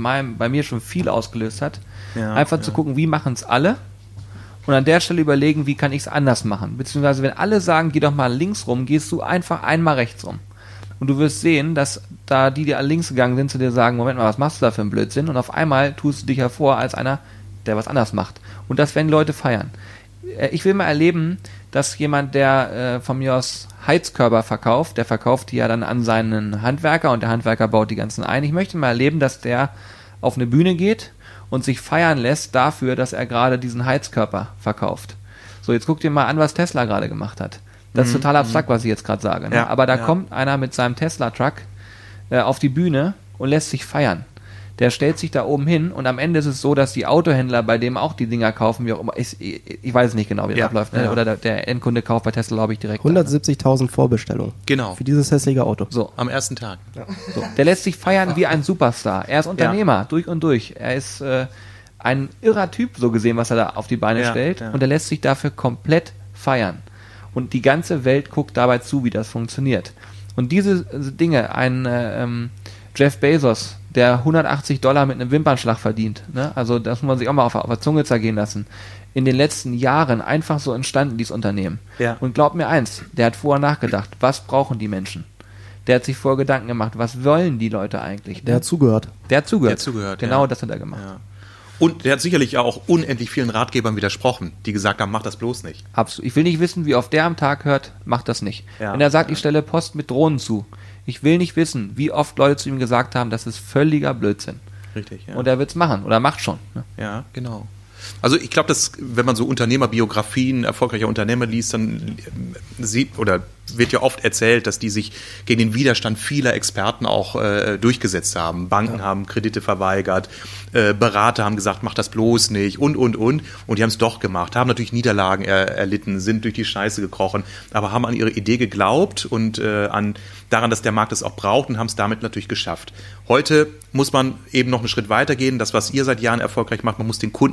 mir schon viel ausgelöst hat. Einfach zu gucken, wie machen's alle und an der Stelle überlegen, wie kann ich's anders machen. Beziehungsweise, wenn alle sagen, geh doch mal links rum, gehst du einfach einmal rechts rum. Und du wirst sehen, dass da die alle links gegangen sind, zu dir sagen, Moment mal, was machst du da für einen Blödsinn? Und auf einmal tust du dich hervor als einer, der was anders macht. Und das werden die Leute feiern. Ich will mal erleben, dass jemand, der von mir aus Heizkörper verkauft, der verkauft die ja dann an seinen Handwerker und der Handwerker baut die ganzen ein. Ich möchte mal erleben, dass der auf eine Bühne geht und sich feiern lässt dafür, dass er gerade diesen Heizkörper verkauft. So, jetzt guck dir mal an, was Tesla gerade gemacht hat. Das ist total abstrakt, was ich jetzt gerade sage. Ne? Aber da kommt einer mit seinem Tesla-Truck auf die Bühne und lässt sich feiern. Der stellt sich da oben hin und am Ende ist es so, dass die Autohändler bei dem auch die Dinger kaufen, wie auch immer. Ich weiß nicht genau, wie das abläuft. Ne? Oder der Endkunde kauft bei Tesla, glaube ich, direkt. 170.000 Vorbestellungen. Genau. Für dieses hässliche Auto. So. Am ersten Tag. Ja. So. Der lässt sich feiern wie ein Superstar. Er ist Unternehmer, durch und durch. Er ist ein irrer Typ, so gesehen, was er da auf die Beine stellt. Ja. Und er lässt sich dafür komplett feiern. Und die ganze Welt guckt dabei zu, wie das funktioniert. Und diese Dinge, ein Jeff Bezos, der $180 mit einem Wimpernschlag verdient, ne? Also das muss man sich auch mal auf der Zunge zergehen lassen. In den letzten Jahren einfach so entstanden, dieses Unternehmen. Ja. Und glaub mir eins, der hat vorher nachgedacht, was brauchen die Menschen? Der hat sich vorher Gedanken gemacht, was wollen die Leute eigentlich? Der hat zugehört. Der hat zugehört. Genau, das hat er gemacht. Ja. Und der hat sicherlich auch unendlich vielen Ratgebern widersprochen, die gesagt haben, mach das bloß nicht. Absolut. Ich will nicht wissen, wie oft der am Tag hört, mach das nicht. Ja. Wenn er sagt, ich stelle Post mit Drohnen zu, ich will nicht wissen, wie oft Leute zu ihm gesagt haben, das ist völliger Blödsinn. Richtig, ja. Und er wird's machen oder macht schon. Ne? Ja, genau. Also ich glaube, dass wenn man so Unternehmerbiografien erfolgreicher Unternehmer liest, dann sieht oder wird ja oft erzählt, dass die sich gegen den Widerstand vieler Experten auch durchgesetzt haben. Banken haben Kredite verweigert, Berater haben gesagt, mach das bloß nicht und. Und die haben es doch gemacht, haben natürlich Niederlagen erlitten, sind durch die Scheiße gekrochen, aber haben an ihre Idee geglaubt und daran, dass der Markt es auch braucht und haben es damit natürlich geschafft. Heute muss man eben noch einen Schritt weiter gehen. Das, was ihr seit Jahren erfolgreich macht, man muss den Kunden sehr, sehr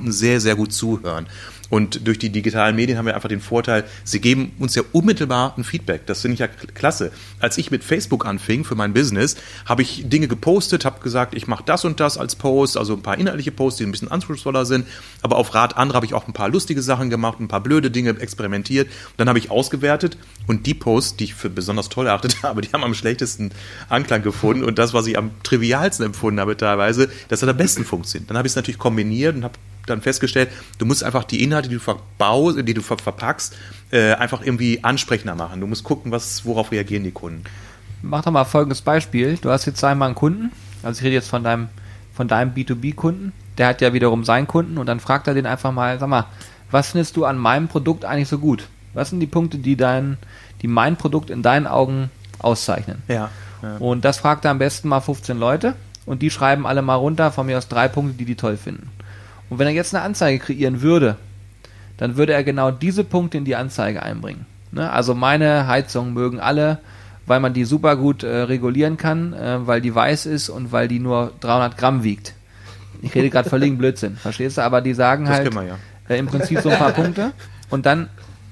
sehr gut zuhören. Und durch die digitalen Medien haben wir einfach den Vorteil, sie geben uns ja unmittelbar ein Feedback. Das finde ich ja klasse. Als ich mit Facebook anfing für mein Business, habe ich Dinge gepostet, habe gesagt, ich mache das und das als Post, also ein paar inhaltliche Posts, die ein bisschen anspruchsvoller sind. Aber auf Rat anderer habe ich auch ein paar lustige Sachen gemacht, ein paar blöde Dinge experimentiert. Und dann habe ich ausgewertet und die Posts, die ich für besonders toll erachtet habe, die haben am schlechtesten Anklang gefunden. Und das, was ich am trivialsten empfunden habe teilweise, das hat am besten funktioniert. Dann habe ich es natürlich kombiniert und habe dann festgestellt, du musst einfach die Inhalte, die du verpackst, einfach irgendwie ansprechender machen. Du musst gucken, worauf reagieren die Kunden. Mach doch mal folgendes Beispiel. Du hast jetzt einmal einen Kunden, also ich rede jetzt von deinem B2B-Kunden, der hat ja wiederum seinen Kunden und dann fragt er den einfach mal, sag mal, was findest du an meinem Produkt eigentlich so gut? Was sind die Punkte, die mein Produkt in deinen Augen auszeichnen? Ja. Und das fragt er am besten mal 15 Leute und die schreiben alle mal runter, von mir aus 3 Punkte, die toll finden. Und wenn er jetzt eine Anzeige kreieren würde, dann würde er genau diese Punkte in die Anzeige einbringen. Ne? Also meine Heizung mögen alle, weil man die super gut regulieren kann, weil die weiß ist und weil die nur 300 Gramm wiegt. Ich rede gerade völligen Blödsinn, verstehst du? Aber die sagen das halt im Prinzip so ein paar Punkte und dann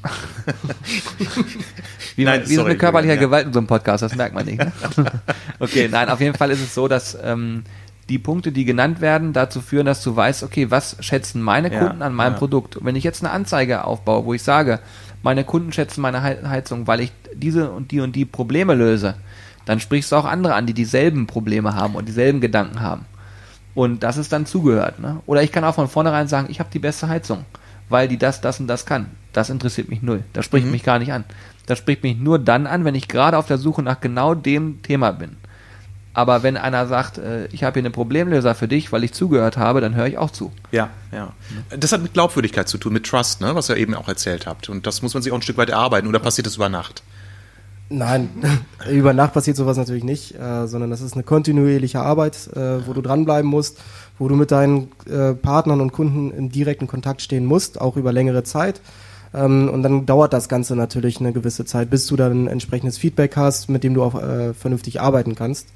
wie so eine körperliche Gewalt in so einem Podcast, das merkt man nicht. Ne? Okay, nein, auf jeden Fall ist es so, dass die Punkte, die genannt werden, dazu führen, dass du weißt, okay, was schätzen meine Kunden an meinem Produkt? Und wenn ich jetzt eine Anzeige aufbaue, wo ich sage, meine Kunden schätzen meine Heizung, weil ich diese und die Probleme löse, dann sprichst du auch andere an, die dieselben Probleme haben und dieselben Gedanken haben. Und das ist dann zugehört. Ne? Oder ich kann auch von vornherein sagen, ich habe die beste Heizung, weil die das und das kann. Das interessiert mich null. Das spricht mich gar nicht an. Das spricht mich nur dann an, wenn ich gerade auf der Suche nach genau dem Thema bin. Aber wenn einer sagt, ich habe hier einen Problemlöser für dich, weil ich zugehört habe, dann höre ich auch zu. Ja. Das hat mit Glaubwürdigkeit zu tun, mit Trust, ne, was ihr eben auch erzählt habt. Und das muss man sich auch ein Stück weit erarbeiten. Oder passiert das über Nacht? Nein, über Nacht passiert sowas natürlich nicht, sondern das ist eine kontinuierliche Arbeit, wo du dranbleiben musst, wo du mit deinen Partnern und Kunden im direkten Kontakt stehen musst, auch über längere Zeit. Und dann dauert das Ganze natürlich eine gewisse Zeit, bis du dann ein entsprechendes Feedback hast, mit dem du auch vernünftig arbeiten kannst.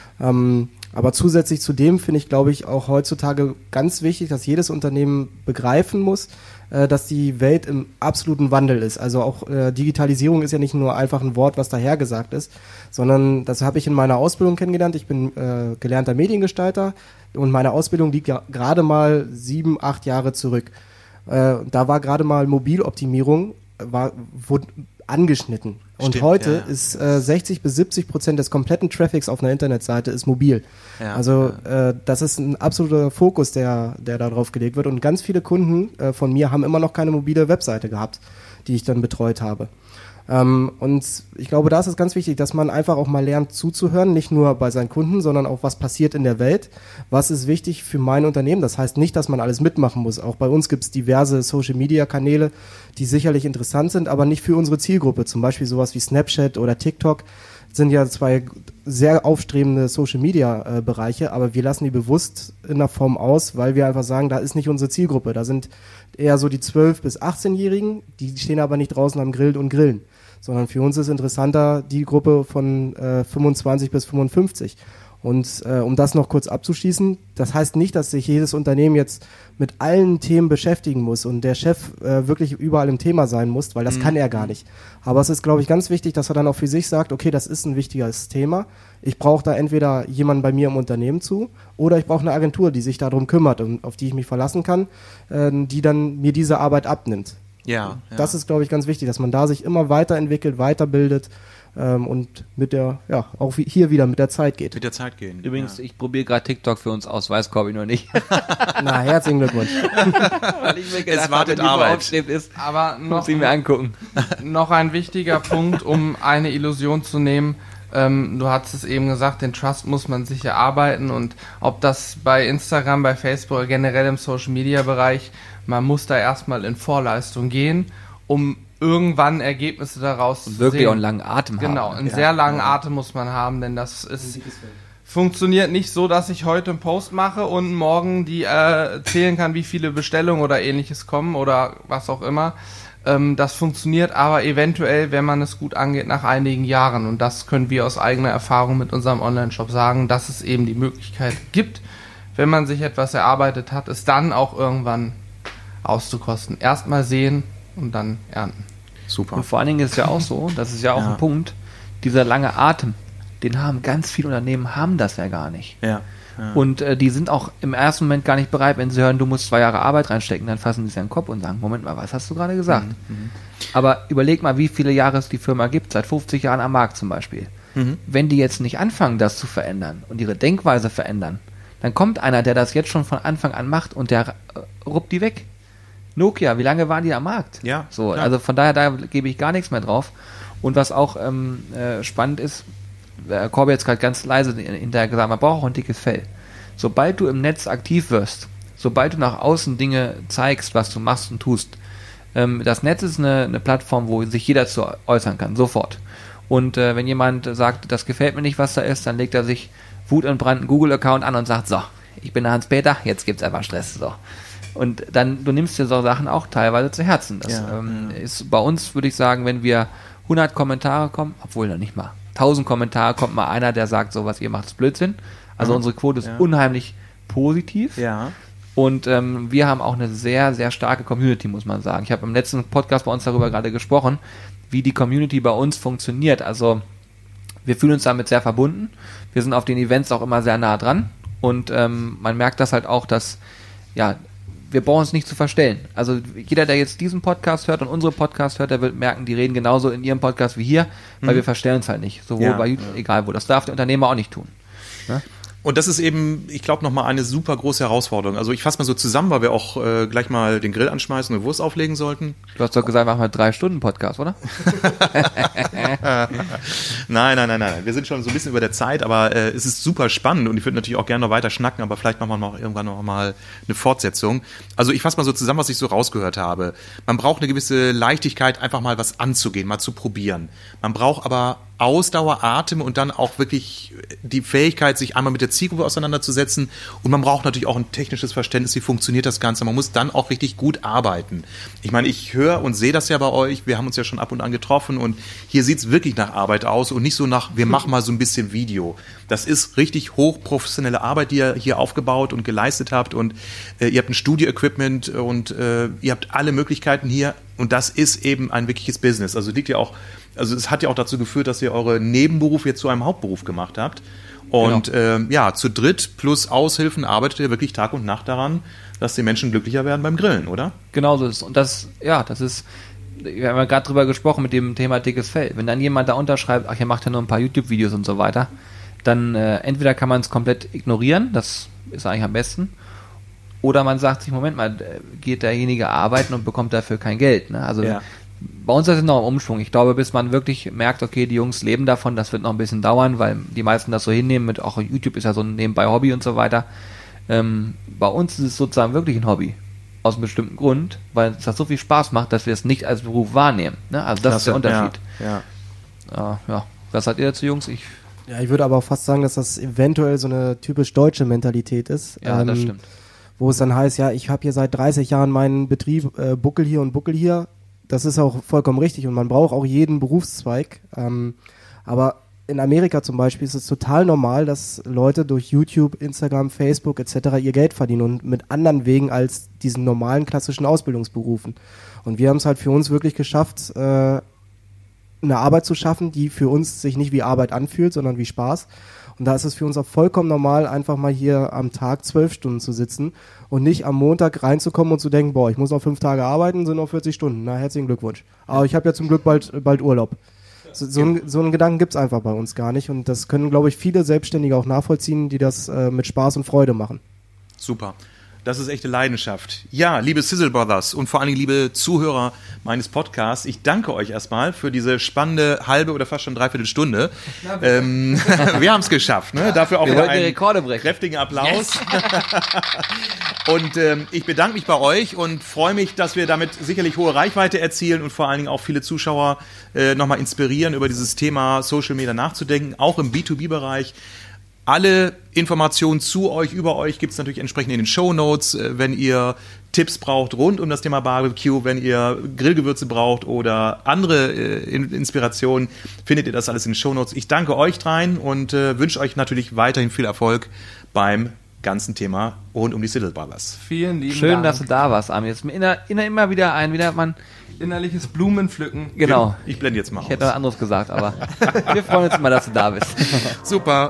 Aber zusätzlich zu dem finde ich, glaube ich, auch heutzutage ganz wichtig, dass jedes Unternehmen begreifen muss, dass die Welt im absoluten Wandel ist. Also auch Digitalisierung ist ja nicht nur einfach ein Wort, was dahergesagt ist, sondern das habe ich in meiner Ausbildung kennengelernt. Ich bin gelernter Mediengestalter und meine Ausbildung liegt ja gerade mal 7-8 Jahre zurück. Da war gerade mal Mobiloptimierung, wurde angeschnitten. Und stimmt, heute ist 60-70% des kompletten Traffics auf einer Internetseite ist mobil. Ja, also das ist ein absoluter Fokus, der da drauf gelegt wird. Und ganz viele Kunden von mir haben immer noch keine mobile Webseite gehabt, die ich dann betreut habe. Und ich glaube, da ist es ganz wichtig, dass man einfach auch mal lernt zuzuhören, nicht nur bei seinen Kunden, sondern auch, was passiert in der Welt, was ist wichtig für mein Unternehmen. Das heißt nicht, dass man alles mitmachen muss. Auch bei uns gibt es diverse Social-Media-Kanäle, die sicherlich interessant sind, aber nicht für unsere Zielgruppe. Zum Beispiel sowas wie Snapchat oder TikTok sind ja 2 sehr aufstrebende Social-Media-Bereiche, aber wir lassen die bewusst in der Form aus, weil wir einfach sagen, da ist nicht unsere Zielgruppe. Da sind eher so die 12- bis 18-Jährigen, die stehen aber nicht draußen am Grill und grillen, sondern für uns ist interessanter die Gruppe von 25 bis 55. Und um das noch kurz abzuschließen, das heißt nicht, dass sich jedes Unternehmen jetzt mit allen Themen beschäftigen muss und der Chef wirklich überall im Thema sein muss, weil das kann er gar nicht. Aber es ist, glaube ich, ganz wichtig, dass er dann auch für sich sagt, okay, das ist ein wichtiges Thema. Ich brauche da entweder jemanden bei mir im Unternehmen zu oder ich brauche eine Agentur, die sich darum kümmert und auf die ich mich verlassen kann, die dann mir diese Arbeit abnimmt. Ja. Das ist, glaube ich, ganz wichtig, dass man da sich immer weiterentwickelt, weiterbildet. Und mit der, auch hier wieder mit der Zeit geht. Mit der Zeit gehen. Übrigens, ich probiere gerade TikTok für uns aus, weiß Corby noch nicht. Na, herzlichen Glückwunsch. Weil ich mir gedacht, es wartet Arbeit. Ist, aber muss ich mir angucken. Noch ein wichtiger Punkt, um eine Illusion zu nehmen. Du hast es eben gesagt, den Trust muss man sich erarbeiten und ob das bei Instagram, bei Facebook oder generell im Social-Media-Bereich, man muss da erstmal in Vorleistung gehen, um irgendwann Ergebnisse daraus zu sehen. Wirklich auch einen langen Atem haben. Genau, einen sehr langen Atem muss man haben, denn das ist funktioniert nicht so, dass ich heute einen Post mache und morgen die zählen kann, wie viele Bestellungen oder ähnliches kommen oder was auch immer. Das funktioniert aber eventuell, wenn man es gut angeht, nach einigen Jahren. Und das können wir aus eigener Erfahrung mit unserem Online-Shop sagen, dass es eben die Möglichkeit gibt, wenn man sich etwas erarbeitet hat, es dann auch irgendwann auszukosten. Erstmal sehen und dann ernten. Super. Und vor allen Dingen ist es ja auch so, das ist ja auch ein Punkt, dieser lange Atem, den haben ganz viele Unternehmen, haben das ja gar nicht. Ja. Und die sind auch im ersten Moment gar nicht bereit, wenn sie hören, du musst 2 Jahre Arbeit reinstecken, dann fassen sie sich an den Kopf und sagen, Moment mal, was hast du gerade gesagt? Aber überleg mal, wie viele Jahre es die Firma gibt, seit 50 Jahren am Markt zum Beispiel. Wenn die jetzt nicht anfangen, das zu verändern und ihre Denkweise verändern, dann kommt einer, der das jetzt schon von Anfang an macht und der ruppt die weg. Nokia, wie lange waren die am Markt? Ja. So, also von daher, da gebe ich gar nichts mehr drauf. Und was auch spannend ist, Corby jetzt gerade ganz leise hinterher gesagt, man braucht auch ein dickes Fell. Sobald du im Netz aktiv wirst, sobald du nach außen Dinge zeigst, was du machst und tust, das Netz ist eine Plattform, wo sich jeder zu äußern kann, sofort. Und wenn jemand sagt, das gefällt mir nicht, was da ist, dann legt er sich wutentbrannt einen Google-Account an und sagt, so, ich bin der Hans-Peter, jetzt gibt's einfach Stress, so. Und dann, du nimmst dir so Sachen auch teilweise zu Herzen. Das ist bei uns, würde ich sagen, wenn wir 100 Kommentare kommen, obwohl noch nicht mal 1000 Kommentare, kommt mal einer, der sagt, so was ihr macht, ist Blödsinn. Also unsere Quote ist unheimlich positiv. Ja. Und wir haben auch eine sehr, sehr starke Community, muss man sagen. Ich habe im letzten Podcast bei uns darüber gerade gesprochen, wie die Community bei uns funktioniert. Also wir fühlen uns damit sehr verbunden. Wir sind auf den Events auch immer sehr nah dran. Und man merkt das halt auch, dass wir brauchen uns nicht zu verstellen. Also jeder, der jetzt diesen Podcast hört und unsere Podcast hört, der wird merken, die reden genauso in ihrem Podcast wie hier, weil wir verstellen uns halt nicht. Sowohl bei YouTube, egal wo. Das darf der Unternehmer auch nicht tun. Ne? Und das ist eben, ich glaube, nochmal eine super große Herausforderung. Also ich fasse mal so zusammen, weil wir auch gleich mal den Grill anschmeißen und Wurst auflegen sollten. Du hast doch gesagt, wir machen mal 3 Stunden Podcast, oder? Nein. Wir sind schon so ein bisschen über der Zeit, aber es ist super spannend und ich würde natürlich auch gerne noch weiter schnacken, aber vielleicht machen wir noch irgendwann noch mal eine Fortsetzung. Also ich fasse mal so zusammen, was ich so rausgehört habe. Man braucht eine gewisse Leichtigkeit, einfach mal was anzugehen, mal zu probieren. Man braucht aber Ausdauer, Atem und dann auch wirklich die Fähigkeit, sich einmal mit der Zielgruppe auseinanderzusetzen. Und man braucht natürlich auch ein technisches Verständnis, wie funktioniert das Ganze. Man muss dann auch richtig gut arbeiten. Ich meine, ich höre und sehe das ja bei euch. Wir haben uns ja schon ab und an getroffen und hier sieht es wirklich nach Arbeit aus und nicht so nach, wir machen mal so ein bisschen Video. Das ist richtig hochprofessionelle Arbeit, die ihr hier aufgebaut und geleistet habt und ihr habt ein Studio-Equipment und ihr habt alle Möglichkeiten hier und das ist eben ein wirkliches Business. Also liegt ja auch, also es hat ja auch dazu geführt, dass ihr eure Nebenberuf jetzt zu einem Hauptberuf gemacht habt. Und zu dritt plus Aushilfen arbeitet ihr wirklich Tag und Nacht daran, dass die Menschen glücklicher werden beim Grillen, oder? Genau so ist es. Und das ist, wir haben ja gerade drüber gesprochen mit dem Thema dickes Fell. Wenn dann jemand da unterschreibt, ach, ihr macht ja nur ein paar YouTube-Videos und so weiter, dann entweder kann man es komplett ignorieren, das ist eigentlich am besten, oder man sagt sich, Moment mal, geht derjenige arbeiten und bekommt dafür kein Geld. Ne? Also bei uns ist es noch ein Umschwung. Ich glaube, bis man wirklich merkt, okay, die Jungs leben davon, das wird noch ein bisschen dauern, weil die meisten das so hinnehmen, mit auch YouTube ist ja so ein nebenbei Hobby und so weiter. Bei uns ist es sozusagen wirklich ein Hobby. Aus einem bestimmten Grund, weil es das so viel Spaß macht, dass wir es nicht als Beruf wahrnehmen. Ne? Also das ist der Unterschied. Was sagt ihr dazu, Jungs? Ich würde aber auch fast sagen, dass das eventuell so eine typisch deutsche Mentalität ist. Ja, das stimmt. Wo es dann heißt, ja, ich habe hier seit 30 Jahren meinen Betrieb, Buckel hier und Buckel hier. Das ist auch vollkommen richtig und man braucht auch jeden Berufszweig. Aber in Amerika zum Beispiel ist es total normal, dass Leute durch YouTube, Instagram, Facebook etc. ihr Geld verdienen und mit anderen Wegen als diesen normalen klassischen Ausbildungsberufen. Und wir haben es halt für uns wirklich geschafft, eine Arbeit zu schaffen, die für uns sich nicht wie Arbeit anfühlt, sondern wie Spaß. Und da ist es für uns auch vollkommen normal, einfach mal hier am Tag 12 Stunden zu sitzen und nicht am Montag reinzukommen und zu denken, boah, ich muss noch 5 Tage arbeiten, sind noch 40 Stunden. Na, herzlichen Glückwunsch. Aber ich habe ja zum Glück bald Urlaub. So einen Gedanken gibt's einfach bei uns gar nicht. Und das können, glaube ich, viele Selbstständige auch nachvollziehen, die das mit Spaß und Freude machen. Super. Das ist echte Leidenschaft. Ja, liebe Sizzle Brothers und vor allen Dingen liebe Zuhörer meines Podcasts, ich danke euch erstmal für diese spannende halbe oder fast schon dreiviertel Stunde. Wir haben es geschafft. Ne? Dafür auch wieder einen kräftigen Applaus. Yes. Und ich bedanke mich bei euch und freue mich, dass wir damit sicherlich hohe Reichweite erzielen und vor allen Dingen auch viele Zuschauer nochmal inspirieren, über dieses Thema Social Media nachzudenken, auch im B2B-Bereich. Alle Informationen zu euch, über euch gibt es natürlich entsprechend in den Shownotes, wenn ihr Tipps braucht rund um das Thema Barbecue, wenn ihr Grillgewürze braucht oder andere Inspirationen, findet ihr das alles in den Shownotes. Ich danke euch dreien und wünsche euch natürlich weiterhin viel Erfolg beim ganzen Thema rund um die Siddle Brothers. Vielen lieben Schön, Dank. dass du da warst, Armin. Jetzt immer wieder man. Innerliches Blumenpflücken. Genau. Ich blende jetzt mal Ich hätte was anderes gesagt, aber wir freuen uns immer, dass du da bist. Super.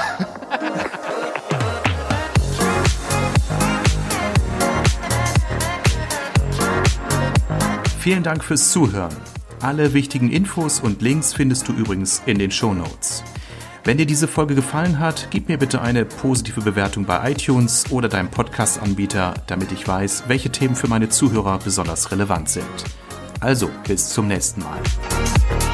Vielen Dank fürs Zuhören. Alle wichtigen Infos und Links findest du übrigens in den Shownotes. Wenn dir diese Folge gefallen hat, gib mir bitte eine positive Bewertung bei iTunes oder deinem Podcast-Anbieter, damit ich weiß, welche Themen für meine Zuhörer besonders relevant sind. Also, bis zum nächsten Mal.